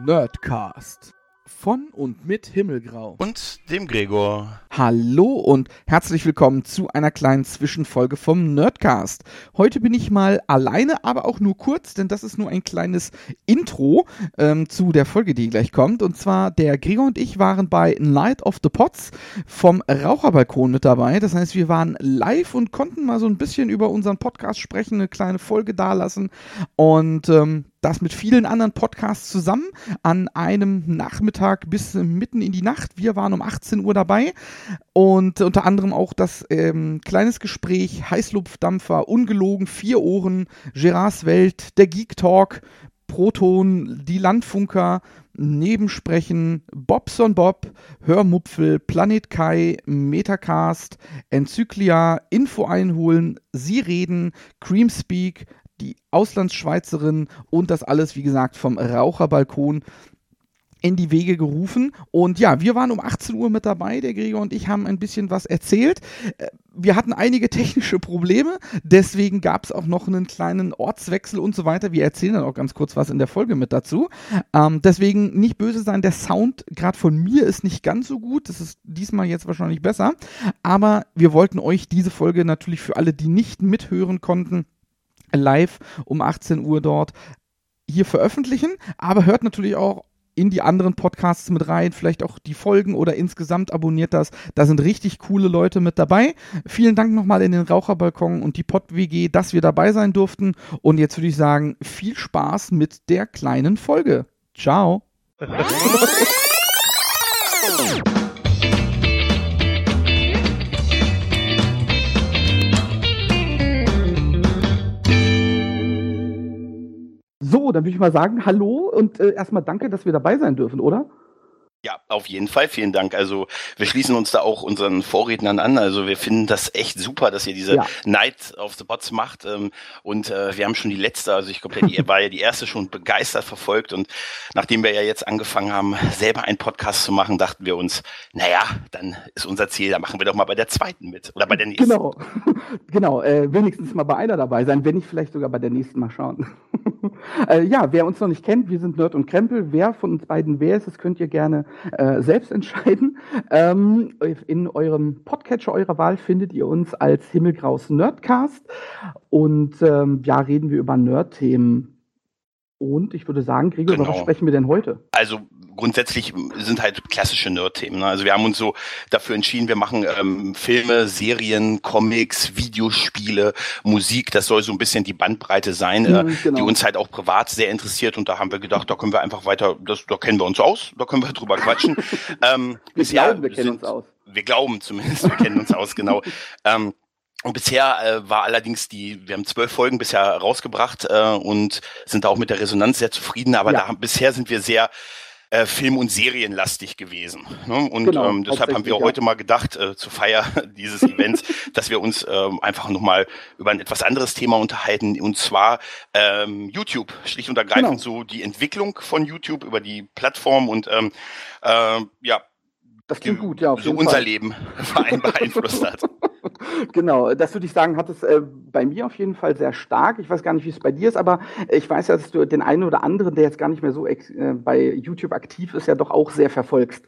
Nerdcast von und mit Himmelgrau und dem Gregor. Hallo und herzlich willkommen zu einer kleinen Zwischenfolge vom Nerdcast. Heute bin ich mal alleine, aber auch nur kurz, denn das ist nur ein kleines Intro zu der Folge, die gleich kommt. Und zwar der Gregor und ich waren bei Night of the Pots vom Raucherbalkon mit dabei. Das heißt, wir waren live und konnten mal so ein bisschen über unseren Podcast sprechen, eine kleine Folge dalassen und das mit vielen anderen Podcasts zusammen an einem Nachmittag bis mitten in die Nacht. Wir waren um 18 Uhr dabei und unter anderem auch das kleines Gespräch, Heißluftdampfer, Ungelogen, 4 Ohren, Gerards Welt, der Geek Talk, Proton, die Landfunker, Nebensprechen, Bobson Bob, Hörmupfel, Planet Kai, Metacast, Enzyklia, Info einholen, Sie reden, Creamspeak, die Auslandsschweizerin und das alles, wie gesagt, vom Raucherbalkon in die Wege gerufen. Und ja, wir waren um 18 Uhr mit dabei, der Gregor und ich haben ein bisschen was erzählt. Wir hatten einige technische Probleme, deswegen gab es auch noch einen kleinen Ortswechsel und so weiter. Wir erzählen dann auch ganz kurz was in der Folge mit dazu. Deswegen nicht böse sein, der Sound gerade von mir ist nicht ganz so gut. Das ist diesmal jetzt wahrscheinlich besser. Aber wir wollten euch diese Folge natürlich für alle, die nicht mithören konnten, live um 18 Uhr dort hier veröffentlichen, aber hört natürlich auch in die anderen Podcasts mit rein, vielleicht auch die Folgen oder insgesamt abonniert das. Da sind richtig coole Leute mit dabei. Vielen Dank nochmal in den Raucherbalkon und die Pod-WG, dass wir dabei sein durften. Und jetzt würde ich sagen, viel Spaß mit der kleinen Folge. Ciao. So, dann würde ich mal sagen, hallo und erstmal danke, dass wir dabei sein dürfen, oder? Ja, auf jeden Fall, vielen Dank. Also wir schließen uns da auch unseren Vorrednern an. Also wir finden das echt super, dass ihr diese Night of the Pots macht. Und wir haben schon die letzte, also ich glaube, die war ja die erste schon begeistert verfolgt. Und nachdem wir ja jetzt angefangen haben, selber einen Podcast zu machen, dachten wir uns, naja, dann ist unser Ziel, da machen wir doch mal bei der zweiten mit. Oder bei der nächsten. Genau. Wenigstens mal bei einer dabei sein, wenn nicht vielleicht sogar bei der nächsten mal schauen. Ja, wer uns noch nicht kennt, wir sind Nerd und Krempel. Wer von uns beiden wer ist, das könnt ihr gerne selbst entscheiden. In eurem Podcatcher eurer Wahl findet ihr uns als Himmelgraus Nerdcast und reden wir über Nerd-Themen. Und ich würde sagen, Gregor, was sprechen wir denn heute? Also grundsätzlich sind halt klassische Nerd-Themen. Ne? Also wir haben uns so dafür entschieden, wir machen Filme, Serien, Comics, Videospiele, Musik. Das soll so ein bisschen die Bandbreite sein, die uns halt auch privat sehr interessiert. Und da haben wir gedacht, da können wir einfach weiter, da kennen wir uns aus, da können wir drüber quatschen. Wir kennen uns aus. Wir glauben zumindest, wir kennen uns aus, genau. Und bisher war allerdings wir haben 12 Folgen bisher rausgebracht und sind da auch mit der Resonanz sehr zufrieden, aber bisher sind wir sehr Film- und Serienlastig gewesen. Ne? Und deshalb haben wir heute mal gedacht, zur Feier dieses Events, dass wir uns einfach nochmal über ein etwas anderes Thema unterhalten, und zwar YouTube, schlicht und ergreifend so die Entwicklung von YouTube über die Plattform und das klingt gut, ja, so unser Leben beeinflusst hat. Genau, das würde ich sagen, hat es bei mir auf jeden Fall sehr stark. Ich weiß gar nicht, wie es bei dir ist, aber ich weiß ja, dass du den einen oder anderen, der jetzt gar nicht mehr so bei YouTube aktiv ist, ja doch auch sehr verfolgst.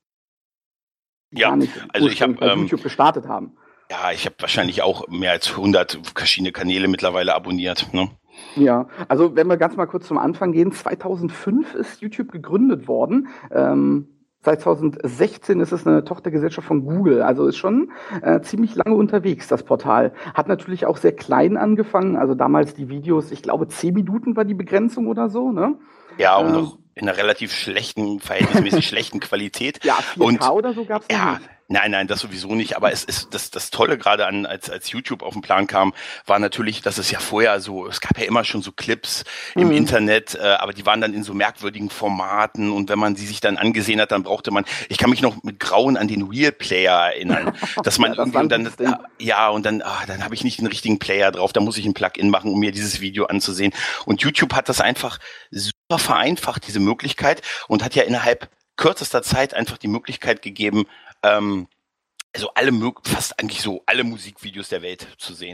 Ja, also ich habe YouTube gestartet haben. Ja, ich habe wahrscheinlich auch mehr als 100 verschiedene Kanäle mittlerweile abonniert. Ne? Ja, also wenn wir ganz mal kurz zum Anfang gehen, 2005 ist YouTube gegründet worden. Seit 2016 ist es eine Tochtergesellschaft von Google, also ist schon ziemlich lange unterwegs, das Portal. Hat natürlich auch sehr klein angefangen, also damals die Videos, ich glaube 10 Minuten war die Begrenzung oder so, ne? Ja, und noch in einer relativ schlechten, verhältnismäßig schlechten Qualität. Ja, 4K oder so gab's nicht. Ja, nein, das sowieso nicht. Aber es ist das Tolle gerade als YouTube auf den Plan kam, war natürlich, dass es ja vorher so, es gab ja immer schon so Clips im Internet, aber die waren dann in so merkwürdigen Formaten, und wenn man sie sich dann angesehen hat, dann brauchte man, ich kann mich noch mit Grauen an den Real Player erinnern, dass man irgendwie und dann dann habe ich nicht den richtigen Player drauf, da muss ich ein Plugin machen, um mir dieses Video anzusehen. Und YouTube hat das einfach super vereinfacht, diese Möglichkeit, und hat ja innerhalb kürzester Zeit einfach die Möglichkeit gegeben, also fast eigentlich so alle Musikvideos der Welt zu sehen.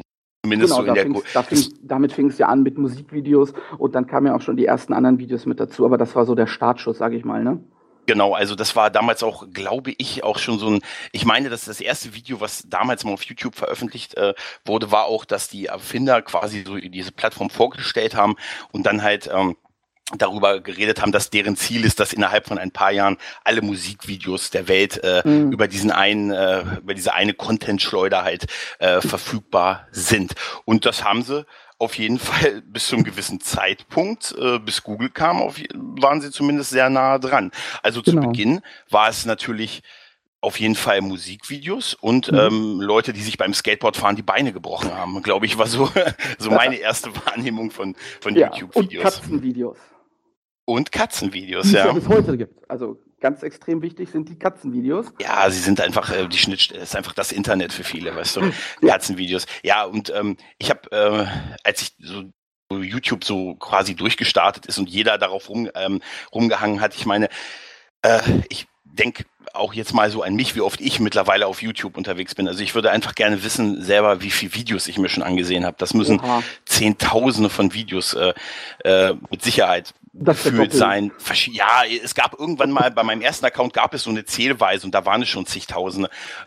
Zumindest Genau, so in damit fing es ja an mit Musikvideos und dann kamen ja auch schon die ersten anderen Videos mit dazu, aber das war so der Startschuss, sage ich mal, ne? Genau, also das war damals auch, glaube ich, auch schon so ein, ich meine, dass das erste Video, was damals mal auf YouTube veröffentlicht wurde, war auch, dass die Erfinder quasi so diese Plattform vorgestellt haben und dann halt darüber geredet haben, dass deren Ziel ist, dass innerhalb von ein paar Jahren alle Musikvideos der Welt über diese eine Content-Schleuder halt verfügbar sind. Und das haben sie auf jeden Fall bis zu einem gewissen Zeitpunkt, bis Google kam, waren sie zumindest sehr nah dran. Also zu Beginn war es natürlich auf jeden Fall Musikvideos und Leute, die sich beim Skateboardfahren die Beine gebrochen haben, glaube ich, war so meine erste Wahrnehmung von YouTube-Videos. Und Katzenvideos. Und Katzenvideos, die es ja bis heute gibt. Also ganz extrem wichtig sind die Katzenvideos. Ja, sie sind einfach, die Schnittstelle ist einfach das Internet für viele, weißt du, Katzenvideos. Ja, und ich habe, als ich so YouTube so quasi durchgestartet ist und jeder darauf rumgehangen hat, ich meine, ich denke auch jetzt mal so an mich, wie oft ich mittlerweile auf YouTube unterwegs bin. Also ich würde einfach gerne wissen selber, wie viele Videos ich mir schon angesehen habe. Das müssen Zehntausende von Videos mit Sicherheit gefühlt sein. Ja, es gab irgendwann mal, bei meinem ersten Account gab es so eine Zählweise und da waren es schon zigtausende.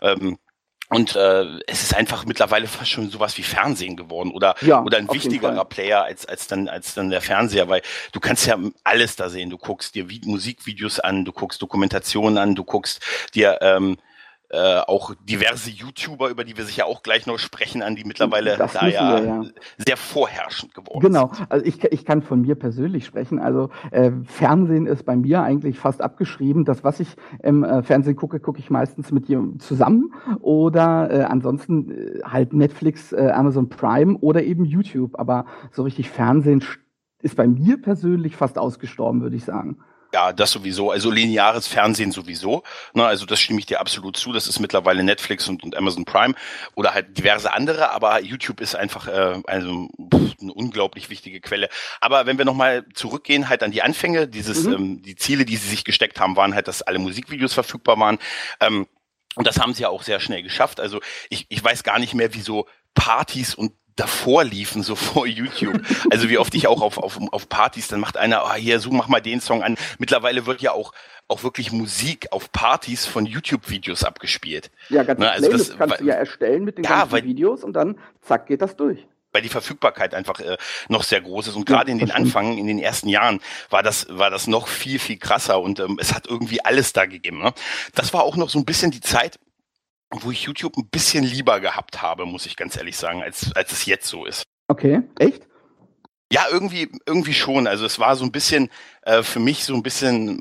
Und es ist einfach mittlerweile fast schon sowas wie Fernsehen geworden oder ein wichtigerer Player als dann der Fernseher, weil du kannst ja alles da sehen. Du guckst dir Musikvideos an, du guckst Dokumentationen an, du guckst dir auch diverse YouTuber, über die wir sicher auch gleich noch sprechen, an die mittlerweile sehr vorherrschend geworden sind. Genau, also ich kann von mir persönlich sprechen. Also Fernsehen ist bei mir eigentlich fast abgeschrieben. Das, was ich im Fernsehen gucke, gucke ich meistens mit jemandem zusammen oder ansonsten halt Netflix, Amazon Prime oder eben YouTube. Aber so richtig Fernsehen ist bei mir persönlich fast ausgestorben, würde ich sagen. Ja, das sowieso. Also lineares Fernsehen sowieso. Na, also das stimme ich dir absolut zu. Das ist mittlerweile Netflix und Amazon Prime oder halt diverse andere. Aber YouTube ist einfach eine unglaublich wichtige Quelle. Aber wenn wir nochmal zurückgehen halt an die Anfänge, die Ziele, die sie sich gesteckt haben, waren halt, dass alle Musikvideos verfügbar waren. Und das haben sie ja auch sehr schnell geschafft. Also ich weiß gar nicht mehr, wie so Partys und davor liefen, so vor YouTube. Also wie oft ich auch auf Partys, dann macht einer, hier, so mach mal den Song an. Mittlerweile wird ja auch wirklich Musik auf Partys von YouTube-Videos abgespielt. Ja, ganz also das kannst du ja erstellen mit den ganzen Videos und dann zack geht das durch. Weil die Verfügbarkeit einfach noch sehr groß ist und gerade in den Anfang, in den ersten Jahren war das noch viel, viel krasser und es hat irgendwie alles da gegeben. Ne? Das war auch noch so ein bisschen die Zeit, wo ich YouTube ein bisschen lieber gehabt habe, muss ich ganz ehrlich sagen, als es jetzt so ist. Okay, echt? Ja, irgendwie schon. Also es war so ein bisschen, für mich so ein bisschen,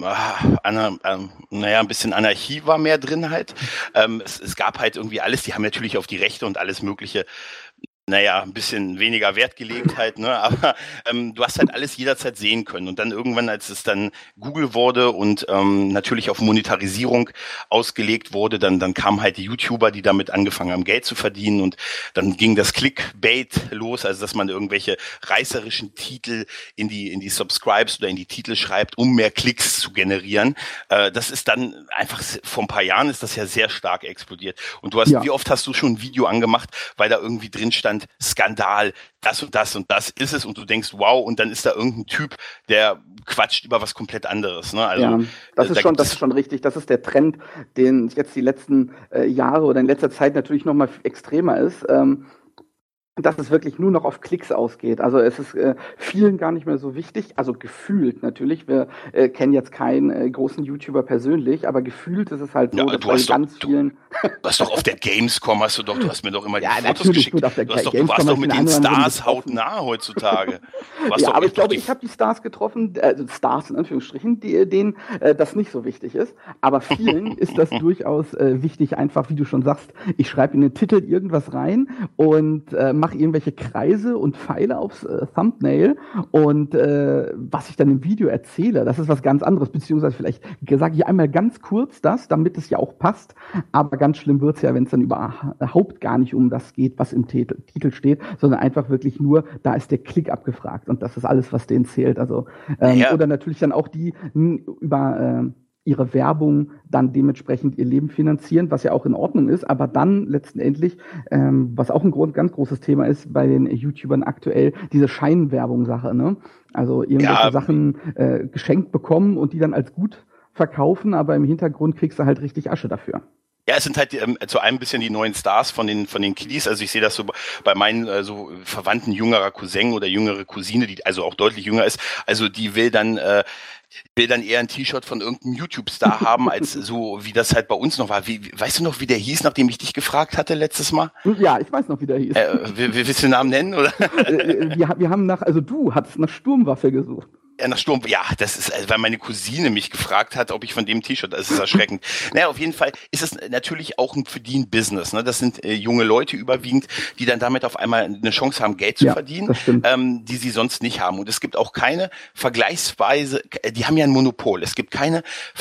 ein bisschen Anarchie war mehr drin halt. Es gab halt irgendwie alles, die haben natürlich auf die Rechte und alles Mögliche ein bisschen weniger Wert gelegt halt, ne? Aber du hast halt alles jederzeit sehen können. Und dann irgendwann, als es dann Google wurde und natürlich auf Monetarisierung ausgelegt wurde, dann kamen halt die YouTuber, die damit angefangen haben, Geld zu verdienen. Und dann ging das Clickbait los, also dass man irgendwelche reißerischen Titel in die Subscribes oder in die Titel schreibt, um mehr Klicks zu generieren. Das ist dann einfach, vor ein paar Jahren ist das ja sehr stark explodiert. Und wie oft hast du schon ein Video angemacht, weil da irgendwie drin stand, Skandal, das und das und das ist es und du denkst, wow, und dann ist da irgendein Typ, der quatscht über was komplett anderes. Ne? Also, das ist schon richtig. Das ist der Trend, den jetzt die letzten Jahre oder in letzter Zeit natürlich noch mal extremer ist. Dass es wirklich nur noch auf Klicks ausgeht. Also es ist vielen gar nicht mehr so wichtig, also gefühlt natürlich. Wir kennen jetzt keinen großen YouTuber persönlich, aber gefühlt ist es halt so, dass bei ganz vielen... Du hast doch auf der Gamescom, du hast mir doch immer die Fotos geschickt. Gut, Du warst doch mit den Stars hautnah heutzutage. Aber ich glaube, ich habe die Stars getroffen, Stars in Anführungsstrichen, denen das nicht so wichtig ist. Aber vielen ist das durchaus wichtig, einfach, wie du schon sagst, ich schreibe in den Titel irgendwas rein und mache irgendwelche Kreise und Pfeile aufs Thumbnail und was ich dann im Video erzähle, das ist was ganz anderes, beziehungsweise vielleicht sage ich einmal ganz kurz das, damit es ja auch passt, aber ganz schlimm wird's ja, wenn es dann überhaupt gar nicht um das geht, was im Titel steht, sondern einfach wirklich nur, da ist der Klick abgefragt und das ist alles, was denen zählt, also oder natürlich dann auch die über ihre Werbung dann dementsprechend ihr Leben finanzieren, was ja auch in Ordnung ist, aber dann letztendlich, was auch ein ganz großes Thema ist bei den YouTubern aktuell, diese Scheinwerbung-Sache, ne? Also irgendwelche Sachen geschenkt bekommen und die dann als gut verkaufen, aber im Hintergrund kriegst du halt richtig Asche dafür. Ja, es sind halt zu einem bisschen die neuen Stars von den Kiddies. Also ich sehe das so bei meinen so Verwandten, jüngerer Cousin oder jüngere Cousine, die also auch deutlich jünger ist. Also die will dann eher ein T-Shirt von irgendeinem YouTube-Star haben, als so wie das halt bei uns noch war. Weißt du noch, wie der hieß, nachdem ich dich gefragt hatte letztes Mal? Ja, ich weiß noch, wie der hieß. Willst du den Namen nennen, oder? Wir haben du hattest nach Sturmwaffe gesucht. Ja, nach Sturm, ja, das ist, weil meine Cousine mich gefragt hat, ob ich von dem T-Shirt, das ist erschreckend. Naja, auf jeden Fall ist es natürlich auch für die ein Business, ne? Das sind junge Leute überwiegend, die dann damit auf einmal eine Chance haben, Geld zu verdienen, die sie sonst nicht haben. Und es gibt auch keine vergleichsweise, die haben ja ein Monopol, es gibt keine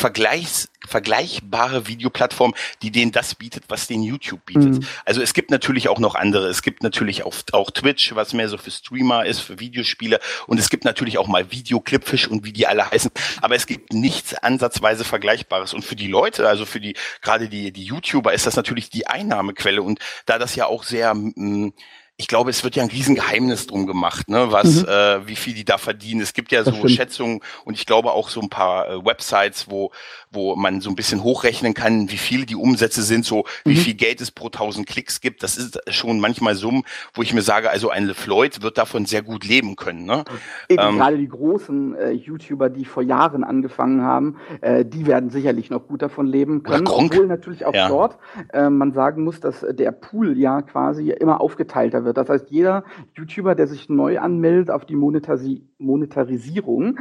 vergleichbare Videoplattform, die denen das bietet, was denen YouTube bietet. Also es gibt natürlich auch noch andere, es gibt natürlich auch Twitch, was mehr so für Streamer ist, für Videospiele, und es gibt natürlich auch mal Clipfish und wie die alle heißen, aber es gibt nichts ansatzweise Vergleichbares. Und für die Leute, also für gerade die YouTuber, ist das natürlich die Einnahmequelle. Und da das ja auch sehr, ich glaube, es wird ja ein Riesengeheimnis drum gemacht, ne, wie viel die da verdienen. Es gibt ja so Schätzungen und ich glaube auch so ein paar Websites, wo man so ein bisschen hochrechnen kann, wie viele die Umsätze sind, so wie viel Geld es pro 1000 Klicks gibt. Das ist schon manchmal Summen, wo ich mir sage, also ein LeFloid wird davon sehr gut leben können. Ne? Eben gerade die großen YouTuber, die vor Jahren angefangen haben, die werden sicherlich noch gut davon leben können. Obwohl natürlich auch dort man sagen muss, dass der Pool ja quasi immer aufgeteilter wird. Das heißt, jeder YouTuber, der sich neu anmeldet auf die Monetarisierung,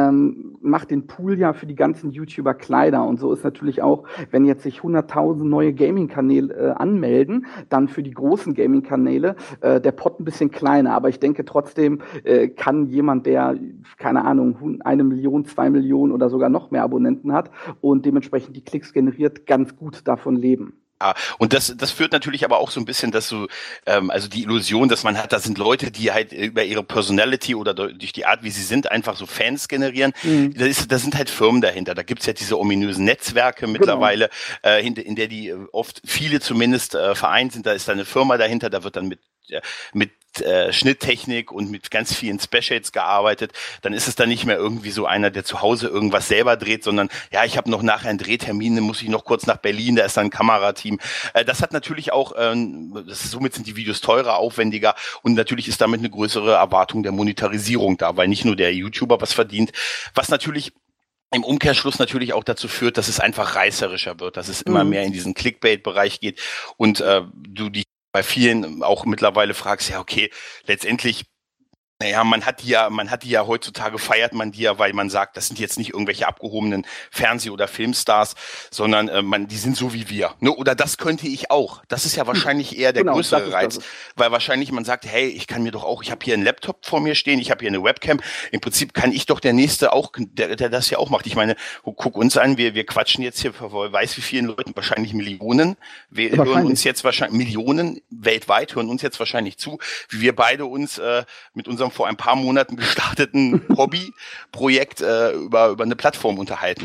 macht den Pool ja für die ganzen YouTuber kleiner. Und so ist natürlich auch, wenn jetzt sich 100.000 neue Gaming-Kanäle anmelden, dann für die großen Gaming-Kanäle der Pot ein bisschen kleiner. Aber ich denke trotzdem kann jemand, der, keine Ahnung, 1 Million, 2 Millionen oder sogar noch mehr Abonnenten hat und dementsprechend die Klicks generiert, ganz gut davon leben. Und das führt natürlich aber auch so ein bisschen, dass so, also die Illusion, dass man hat, da sind Leute, die halt über ihre Personality oder durch die Art, wie sie sind, einfach so Fans generieren. Da sind halt Firmen dahinter. Da gibt's ja diese ominösen Netzwerke mittlerweile, in der die oft viele zumindest vereint sind. Da ist da eine Firma dahinter, da wird dann mit Schnitttechnik und mit ganz vielen Specials gearbeitet, dann ist es dann nicht mehr irgendwie so einer, der zu Hause irgendwas selber dreht, sondern ja, ich habe noch nachher einen Drehtermin, dann muss ich noch kurz nach Berlin, da ist dann ein Kamerateam. Das hat natürlich auch, somit sind die Videos teurer, aufwendiger und natürlich ist damit eine größere Erwartung der Monetarisierung da, weil nicht nur der YouTuber was verdient, was natürlich im Umkehrschluss natürlich auch dazu führt, dass es einfach reißerischer wird, dass es immer mehr in diesen Clickbait-Bereich geht und du dich bei vielen auch mittlerweile fragst, ja, okay, letztendlich, naja, man hat die ja heutzutage, feiert man die ja, weil man sagt, das sind jetzt nicht irgendwelche abgehobenen Fernseh- oder Filmstars, sondern die sind so wie wir. Ne? Oder das könnte ich auch. Das ist ja wahrscheinlich eher der größere Reiz, weil wahrscheinlich man sagt, hey, ich kann mir doch auch, ich habe hier einen Laptop vor mir stehen, ich habe hier eine Webcam, im Prinzip kann ich doch der Nächste auch, der das ja auch macht. Ich meine, guck uns an, wir quatschen jetzt hier vor weiß wie vielen Leuten, wahrscheinlich Millionen, wir hören uns jetzt wahrscheinlich, Millionen weltweit hören uns jetzt wahrscheinlich zu, wie wir beide uns mit unserem vor ein paar Monaten gestarteten Hobbyprojekt über eine Plattform unterhalten.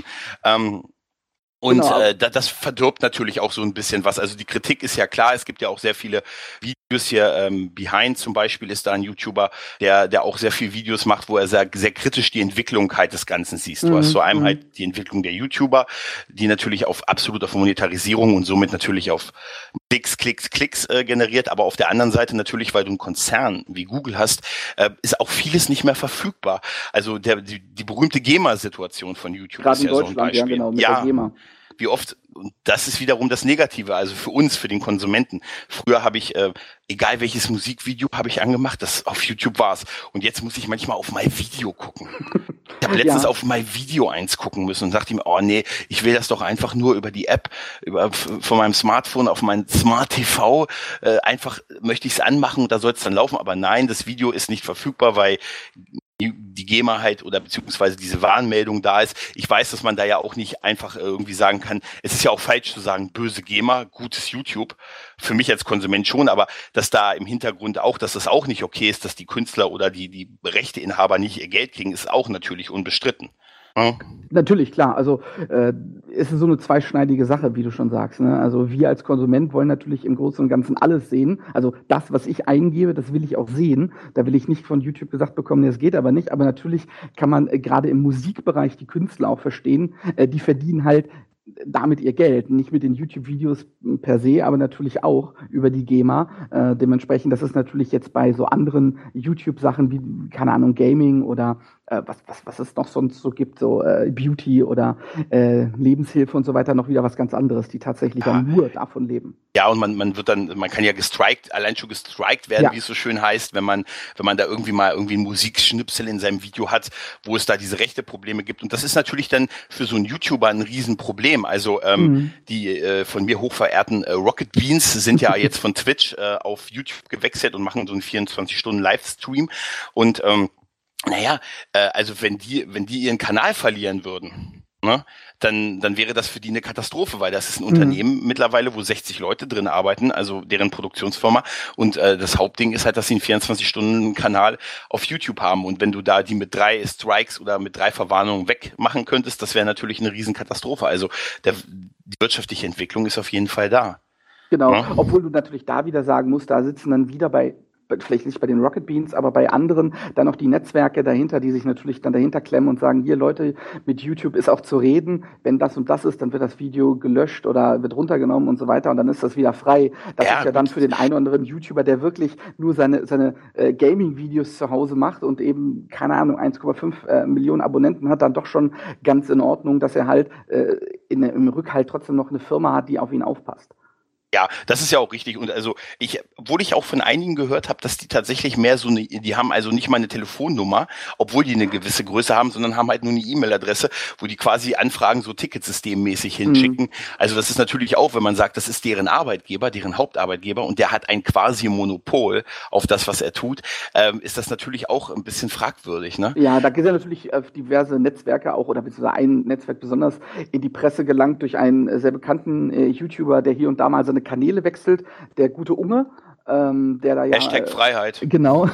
Und das verdirbt natürlich auch so ein bisschen was. Also die Kritik ist ja klar, es gibt ja auch sehr viele Videos hier, Behind zum Beispiel ist da ein YouTuber, der auch sehr viel Videos macht, wo er sehr, sehr kritisch die Entwicklung halt des Ganzen siehst. Du hast zu einem halt die Entwicklung der YouTuber, die natürlich absolut auf Monetarisierung und somit natürlich auf Klicks generiert, aber auf der anderen Seite natürlich, weil du einen Konzern wie Google hast, ist auch vieles nicht mehr verfügbar. Also die berühmte GEMA-Situation von YouTube gerade ist ja so ein Beispiel. Ja, genau, mit der GEMA. Wie oft, und das ist wiederum das Negative, also für uns, für den Konsumenten. Früher habe ich, egal welches Musikvideo habe ich angemacht, das auf YouTube war's. Und jetzt muss ich manchmal auf My Video gucken. Ich habe letztens auf My Video 1 gucken müssen und sagte mir, oh nee, ich will das doch einfach nur über die App, von meinem Smartphone auf mein Smart TV, einfach möchte ich es anmachen und da soll es dann laufen. Aber nein, das Video ist nicht verfügbar, weil die GEMA halt oder beziehungsweise diese Warnmeldung da ist. Ich weiß, dass man da ja auch nicht einfach irgendwie sagen kann, es ist ja auch falsch zu sagen, böse GEMA, gutes YouTube. Für mich als Konsument schon, aber dass da im Hintergrund auch, dass das auch nicht okay ist, dass die Künstler oder die Rechteinhaber nicht ihr Geld kriegen, ist auch natürlich unbestritten. Ja. Natürlich, klar. Also es ist so eine zweischneidige Sache, wie du schon sagst. Ne? Also wir als Konsument wollen natürlich im Großen und Ganzen alles sehen. Also das, was ich eingebe, das will ich auch sehen. Da will ich nicht von YouTube gesagt bekommen, nee, das geht aber nicht. Aber natürlich kann man gerade im Musikbereich die Künstler auch verstehen. Die verdienen halt damit ihr Geld, nicht mit den YouTube-Videos per se, aber natürlich auch über die GEMA. Dementsprechend, das ist natürlich jetzt bei so anderen YouTube-Sachen wie, keine Ahnung, Gaming oder was es noch sonst so gibt, so Beauty oder Lebenshilfe und so weiter, noch wieder was ganz anderes, die tatsächlich dann nur davon leben. Ja, und man kann ja allein schon gestrikt werden, wie es so schön heißt, wenn man da irgendwie einen Musikschnipsel in seinem Video hat, wo es da diese rechte Probleme gibt. Und das ist natürlich dann für so einen YouTuber ein Riesenproblem. Also die von mir hochverehrten Rocket Beans sind ja jetzt von Twitch auf YouTube gewechselt und machen so einen 24-Stunden-Livestream. Und also wenn die ihren Kanal verlieren würden, ne, dann wäre das für die eine Katastrophe, weil das ist ein Unternehmen mittlerweile, wo 60 Leute drin arbeiten, also deren Produktionsfirma. Und das Hauptding ist halt, dass sie einen 24-Stunden-Kanal auf YouTube haben. Und wenn du da die mit 3 Strikes oder mit 3 Verwarnungen wegmachen könntest, das wäre natürlich eine Riesenkatastrophe. Also die wirtschaftliche Entwicklung ist auf jeden Fall da. Genau, obwohl du natürlich da wieder sagen musst, da sitzen dann wieder vielleicht nicht bei den Rocket Beans, aber bei anderen dann noch die Netzwerke dahinter, die sich natürlich dann dahinter klemmen und sagen, hier Leute, mit YouTube ist auch zu reden, wenn das und das ist, dann wird das Video gelöscht oder wird runtergenommen und so weiter und dann ist das wieder frei. Das ist ja dann für den einen oder anderen YouTuber, der wirklich nur seine Gaming-Videos zu Hause macht und eben, keine Ahnung, 1,5 Millionen Abonnenten hat, dann doch schon ganz in Ordnung, dass er halt im Rückhalt trotzdem noch eine Firma hat, die auf ihn aufpasst. Ja, das ist ja auch richtig. Und also obwohl ich auch von einigen gehört habe, dass die tatsächlich die haben also nicht mal eine Telefonnummer, obwohl die eine gewisse Größe haben, sondern haben halt nur eine E-Mail-Adresse, wo die quasi Anfragen so ticketsystemmäßig hinschicken. Also das ist natürlich auch, wenn man sagt, das ist deren Arbeitgeber, deren Hauptarbeitgeber und der hat ein quasi Monopol auf das, was er tut, ist das natürlich auch ein bisschen fragwürdig, ne? Ja, da gibt es ja natürlich diverse Netzwerke auch, oder beziehungsweise ein Netzwerk besonders in die Presse gelangt durch einen sehr bekannten YouTuber, der hier und da mal seine Kanäle wechselt, der gute Unge, der da ja #Freiheit. Genau,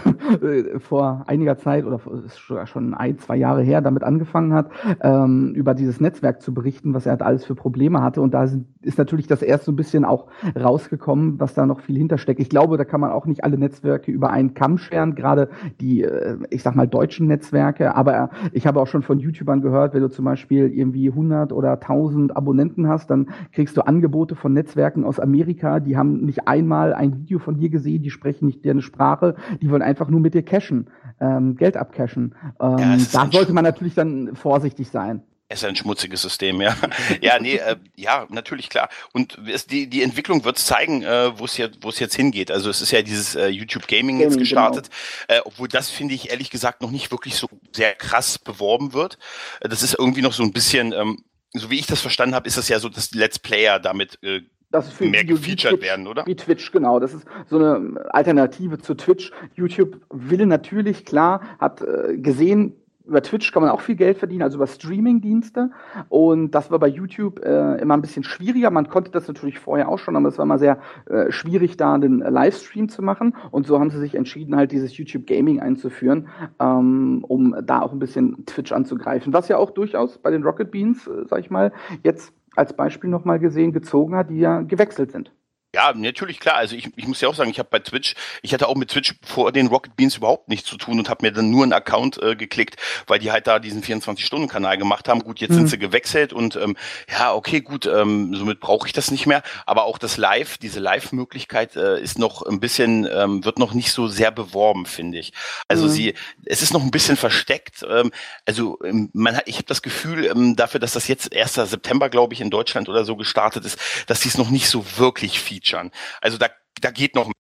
vor einiger Zeit oder ist schon 1-2 Jahre her damit angefangen hat, über dieses Netzwerk zu berichten, was er halt alles für Probleme hatte. Und da ist natürlich das erst so ein bisschen auch rausgekommen, was da noch viel hintersteckt. Ich glaube, da kann man auch nicht alle Netzwerke über einen Kamm scheren, gerade die, ich sag mal, deutschen Netzwerke. Aber ich habe auch schon von YouTubern gehört, wenn du zum Beispiel irgendwie 100 oder 1000 Abonnenten hast, dann kriegst du Angebote von Netzwerken aus Amerika, die haben nicht einmal ein Video von dir gesehen, die sprechen nicht deren Sprache, die wollen einfach nur mit dir cashen, Geld abcashen. Da sollte man natürlich dann vorsichtig sein. Es ist ein schmutziges System, ja. Ja, ja, natürlich, klar. Und die Entwicklung wird zeigen, wo es jetzt hingeht. Also es ist ja dieses YouTube Gaming jetzt gestartet, genau. Obwohl das, finde ich, ehrlich gesagt, noch nicht wirklich so sehr krass beworben wird. Das ist irgendwie noch so ein bisschen, so wie ich das verstanden habe, ist das ja so, dass die Let's Player damit mehr gefeatured werden, oder? Wie Twitch, genau. Das ist so eine Alternative zu Twitch. YouTube will natürlich, klar, hat gesehen, über Twitch kann man auch viel Geld verdienen, also über Streaming-Dienste. Und das war bei YouTube immer ein bisschen schwieriger. Man konnte das natürlich vorher auch schon, aber es war immer sehr schwierig, da einen Livestream zu machen. Und so haben sie sich entschieden, halt dieses YouTube Gaming einzuführen, um da auch ein bisschen Twitch anzugreifen. Was ja auch durchaus bei den Rocket Beans, sag ich mal, jetzt als Beispiel nochmal gezogen hat, die ja gewechselt sind. Ja, natürlich, klar. Also ich muss ja auch sagen, ich hatte auch mit Twitch vor den Rocket Beans überhaupt nichts zu tun und habe mir dann nur einen Account geklickt, weil die halt da diesen 24-Stunden-Kanal gemacht haben. Gut, jetzt sind sie gewechselt und ja, okay, gut, somit brauche ich das nicht mehr. Aber auch diese Live-Möglichkeit ist noch ein bisschen, wird noch nicht so sehr beworben, finde ich. Also es ist noch ein bisschen versteckt. Ich habe das Gefühl, dafür, dass das jetzt 1. September, glaube ich, in Deutschland oder so gestartet ist, dass die es noch nicht so wirklich featuren. Also da geht noch.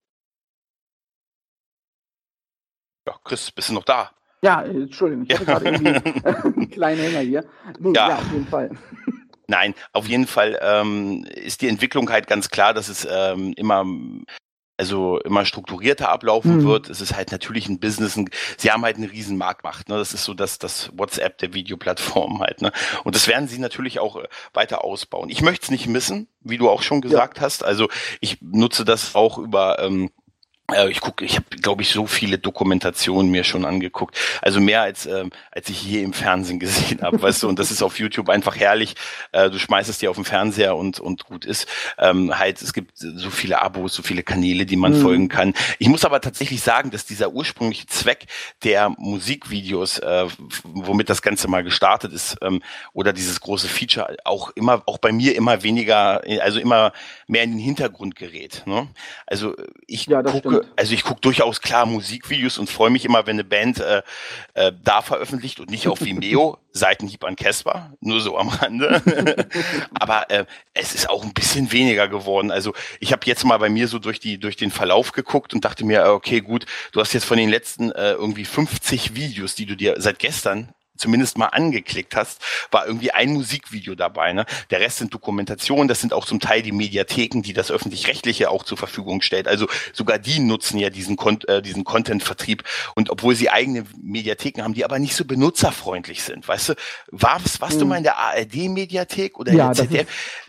Ja, Chris, bist du noch da? Ja, Entschuldigung, ich hatte gerade irgendwie einen kleinen Hänger hier. Nee, ja, auf jeden Fall. Nein, auf jeden Fall ist die Entwicklung halt ganz klar, dass es immer strukturierter ablaufen wird. Es ist halt natürlich ein Business. Sie haben halt eine riesen Marktmacht. Ne? Das ist so das WhatsApp der Videoplattform halt. Ne? Und das werden sie natürlich auch weiter ausbauen. Ich möchte es nicht missen, wie du auch schon gesagt hast. Also ich nutze das auch über Ich habe, glaube ich, so viele Dokumentationen mir schon angeguckt. Also mehr als ich je im Fernsehen gesehen habe, weißt du. Und das ist auf YouTube einfach herrlich. Du schmeißt es dir auf den Fernseher und gut ist. Es gibt so viele Abos, so viele Kanäle, die man folgen kann. Ich muss aber tatsächlich sagen, dass dieser ursprüngliche Zweck der Musikvideos, womit das Ganze mal gestartet ist, oder dieses große Feature auch bei mir immer weniger, also immer mehr in den Hintergrund gerät. Ne? Also ich gucke durchaus klar Musikvideos und freue mich immer, wenn eine Band da veröffentlicht und nicht auf Vimeo, Seitenhieb an Casper, nur so am Rande. Aber es ist auch ein bisschen weniger geworden. Also ich habe jetzt mal bei mir so durch den Verlauf geguckt und dachte mir, okay, gut, du hast jetzt von den letzten irgendwie 50 Videos, die du dir seit gestern zumindest mal angeklickt hast, war irgendwie ein Musikvideo dabei. Ne? Der Rest sind Dokumentationen, das sind auch zum Teil die Mediatheken, die das Öffentlich-Rechtliche auch zur Verfügung stellt. Also sogar die nutzen ja diesen Content-Vertrieb. Und obwohl sie eigene Mediatheken haben, die aber nicht so benutzerfreundlich sind. Weißt du, warst du mal in der ARD-Mediathek oder in der ZDF?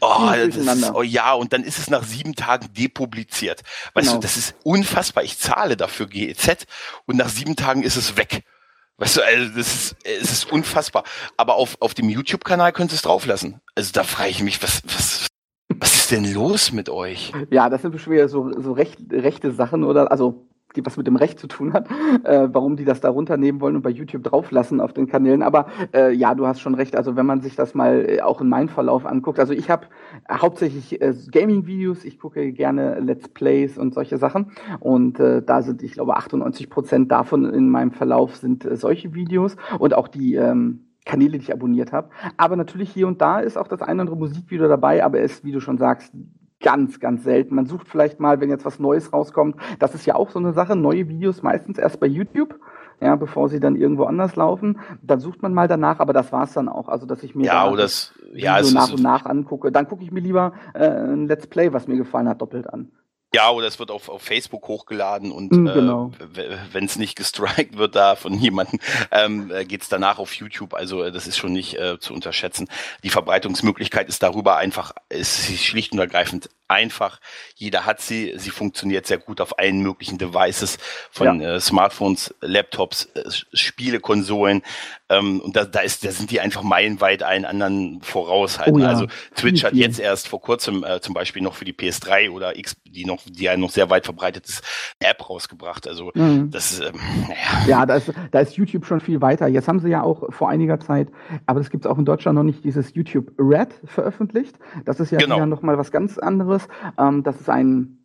Und dann ist es nach 7 Tagen depubliziert. Weißt du, das ist unfassbar. Ich zahle dafür GEZ und nach 7 Tagen ist es weg. Weißt du, also es ist unfassbar. Aber auf dem YouTube-Kanal könntest du es drauflassen. Also da frage ich mich, was ist denn los mit euch? Ja, das sind schon wieder so rechte Sachen oder, also die was mit dem Recht zu tun hat, warum die das da runternehmen wollen und bei YouTube drauflassen auf den Kanälen. Aber ja, du hast schon recht. Also wenn man sich das mal auch in meinem Verlauf anguckt. Also ich habe hauptsächlich Gaming-Videos. Ich gucke gerne Let's Plays und solche Sachen. Und da sind, ich glaube, 98% davon in meinem Verlauf sind solche Videos. Und auch die Kanäle, die ich abonniert habe. Aber natürlich hier und da ist auch das ein oder andere Musikvideo dabei. Aber es ist, wie du schon sagst, ganz, ganz selten. Man sucht vielleicht mal, wenn jetzt was Neues rauskommt. Das ist ja auch so eine Sache. Neue Videos meistens erst bei YouTube, ja, bevor sie dann irgendwo anders laufen. Dann sucht man mal danach, aber das war's dann auch. Also, dass ich mir nach und nach angucke. Dann gucke ich mir lieber ein Let's Play, was mir gefallen hat, doppelt an. Ja, oder es wird auf Facebook hochgeladen und genau. Wenn es nicht gestrikt wird da von jemandem, geht's danach auf YouTube. Also das ist schon nicht zu unterschätzen. Die Verbreitungsmöglichkeit ist schlicht und ergreifend einfach. Jeder hat sie. Sie funktioniert sehr gut auf allen möglichen Devices, von Smartphones, Laptops, Spielekonsolen. Und da sind die einfach meilenweit allen anderen voraus halt. Also Twitch hat jetzt erst vor kurzem zum Beispiel noch für die PS3 oder X, die ja noch sehr weit verbreitet ist, eine App rausgebracht. Also das ist, Ja, da ist YouTube schon viel weiter. Jetzt haben sie ja auch vor einiger Zeit, aber das gibt es auch in Deutschland noch nicht, dieses YouTube Red veröffentlicht. Das ist ja wieder nochmal was ganz anderes. Das ist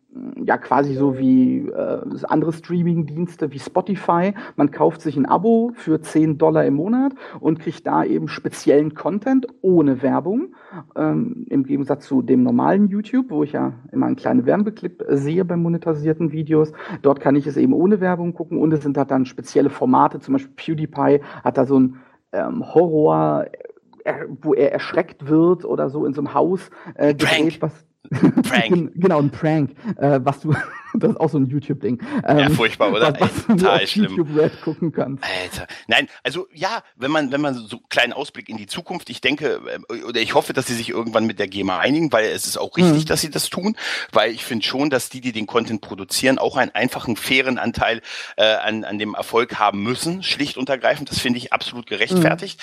quasi so wie andere Streaming-Dienste wie Spotify. Man kauft sich ein Abo für $10 im Monat und kriegt da eben speziellen Content ohne Werbung. Im Gegensatz zu dem normalen YouTube, wo ich ja immer einen kleinen Werbeclip sehe bei monetarisierten Videos. Dort kann ich es eben ohne Werbung gucken und es sind da dann spezielle Formate. Zum Beispiel PewDiePie hat da so ein Horror, wo er erschreckt wird oder so in so einem Haus gedreht, was Prank. Genau, ein Prank. Das ist auch so ein YouTube-Ding. Ja, furchtbar, oder? Was du total schlimm. YouTube Red gucken kannst. Alter. Nein, also ja, wenn man so einen kleinen Ausblick in die Zukunft, ich denke, oder ich hoffe, dass sie sich irgendwann mit der GEMA einigen, weil es ist auch richtig, dass sie das tun, weil ich finde schon, dass die den Content produzieren, auch einen einfachen, fairen Anteil an dem Erfolg haben müssen, schlicht und ergreifend. Das finde ich absolut gerechtfertigt.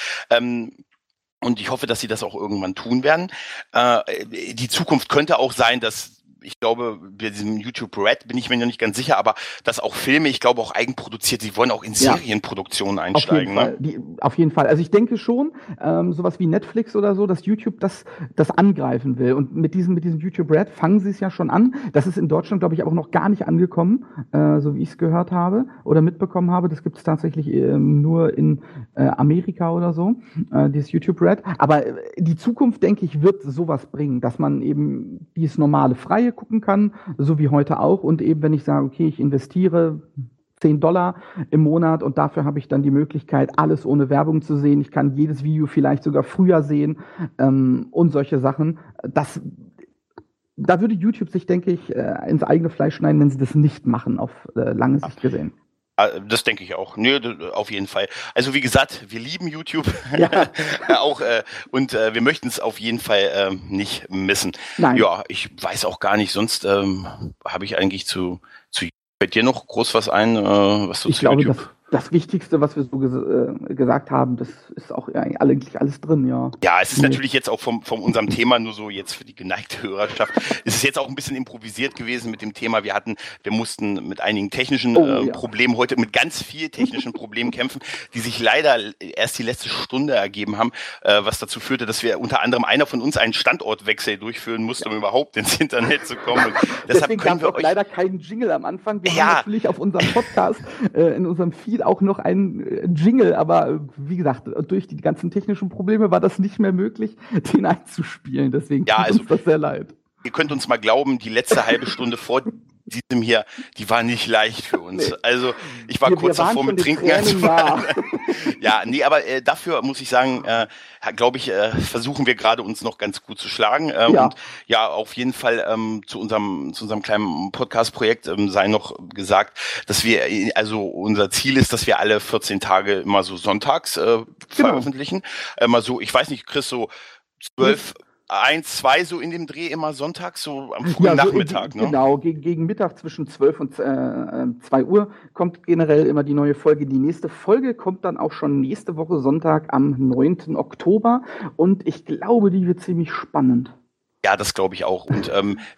Und ich hoffe, dass sie das auch irgendwann tun werden. Die Zukunft könnte auch sein, dass, ich glaube, bei diesem YouTube Red bin ich mir noch nicht ganz sicher, aber dass auch Filme, ich glaube auch eigenproduziert, sie wollen auch in Serienproduktionen einsteigen. Auf jeden Fall. Also ich denke schon, sowas wie Netflix oder so, dass YouTube das angreifen will. Und mit diesem YouTube Red fangen sie es ja schon an. Das ist in Deutschland, glaube ich, auch noch gar nicht angekommen, so wie ich es gehört habe oder mitbekommen habe. Das gibt es tatsächlich nur in Amerika oder so, dieses YouTube Red. Aber die Zukunft, denke ich, wird sowas bringen, dass man eben dieses normale Freie gucken kann, so wie heute auch. Und eben, wenn ich sage, okay, ich investiere $10 im Monat und dafür habe ich dann die Möglichkeit, alles ohne Werbung zu sehen. Ich kann jedes Video vielleicht sogar früher sehen und solche Sachen. Da würde YouTube sich, denke ich, ins eigene Fleisch schneiden, wenn sie das nicht machen, auf lange Sicht gesehen. Das denke ich auch. Nö, auf jeden Fall. Also wie gesagt, wir lieben YouTube auch und wir möchten es auf jeden Fall nicht missen. Nein. Ja, ich weiß auch gar nicht, sonst habe ich eigentlich zu Fällt dir noch groß was ein, was du zu YouTube? Das Wichtigste, was wir so gesagt haben, das ist auch eigentlich alles drin, ja. Ja, es ist natürlich jetzt auch von unserem Thema, nur so jetzt für die geneigte Hörerschaft, es ist jetzt auch ein bisschen improvisiert gewesen mit dem Thema. Wir mussten mit einigen technischen Problemen heute, mit ganz vielen technischen Problemen kämpfen, die sich leider erst die letzte Stunde ergeben haben, was dazu führte, dass wir unter anderem einer von uns einen Standortwechsel durchführen musste, um überhaupt ins Internet zu kommen. Und deshalb können wir auch leider keinen Jingle am Anfang. Wir haben natürlich auf unserem Podcast, in unserem Feed auch noch einen Jingle, aber wie gesagt, durch die ganzen technischen Probleme war das nicht mehr möglich, den einzuspielen. Deswegen tut uns das sehr leid. Ihr könnt uns mal glauben, die letzte halbe Stunde vor diesem hier, die war nicht leicht für uns. Nee. Also ich war kurz davor mit Trinken anzufangen. Ja, nee, aber dafür muss ich sagen, glaube ich, versuchen wir gerade uns noch ganz gut zu schlagen. Und ja, auf jeden Fall zu unserem kleinen Podcast-Projekt sei noch gesagt, dass wir, also unser Ziel ist, dass wir alle 14 Tage immer so sonntags veröffentlichen. Mal so, ich weiß nicht, Chris, so 12 1, 2 so in dem Dreh immer sonntags, so am frühen Nachmittag, ne? Genau, gegen Mittag zwischen 12 und 2 Uhr kommt generell immer die neue Folge. Die nächste Folge kommt dann auch schon nächste Woche Sonntag am 9. Oktober und ich glaube, die wird ziemlich spannend. Ja, das glaube ich auch. Und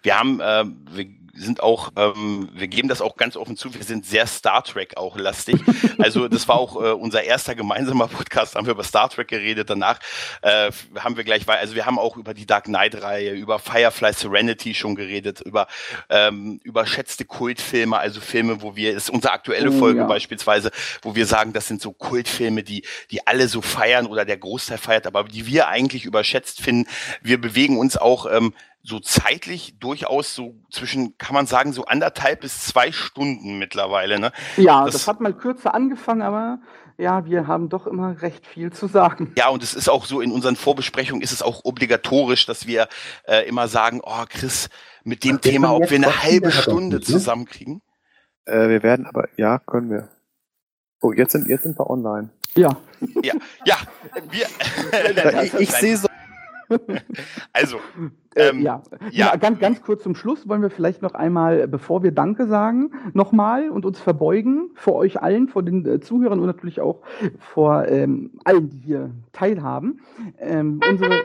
wir geben das auch ganz offen zu, wir sind sehr Star Trek auch lastig. Also das war auch unser erster gemeinsamer Podcast, haben wir über Star Trek geredet. Danach haben wir wir haben auch über die Dark Knight-Reihe, über Firefly Serenity schon geredet, über überschätzte Kultfilme, also Filme, das ist unsere aktuelle Folge beispielsweise, wo wir sagen, das sind so Kultfilme, die alle so feiern oder der Großteil feiert, aber die wir eigentlich überschätzt finden. Wir bewegen uns auch so zeitlich durchaus so zwischen, kann man sagen, so 1,5 bis 2 Stunden mittlerweile, ne? Ja, das hat mal kürzer angefangen, aber ja, wir haben doch immer recht viel zu sagen. Ja, und es ist auch so, in unseren Vorbesprechungen ist es auch obligatorisch, dass wir immer sagen, oh Chris, mit dem Thema, ob wir eine halbe Stunde zusammenkriegen. Wir werden aber, ja, können wir. Oh, jetzt sind wir online. Ja. Ja, ich sehe so. Also, ganz kurz zum Schluss wollen wir vielleicht noch einmal, bevor wir Danke sagen, nochmal und uns verbeugen vor euch allen, vor den Zuhörern und natürlich auch vor allen, die hier teilhaben. Unsere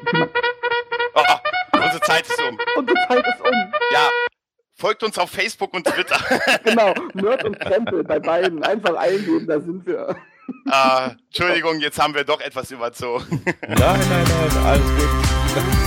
Zeit ist um. Unsere Zeit ist um. Ja. Folgt uns auf Facebook und Twitter. Genau, Nerd und Krempel bei beiden. Einfach eingeben, da sind wir. Entschuldigung, jetzt haben wir doch etwas überzogen. Nein, alles gut.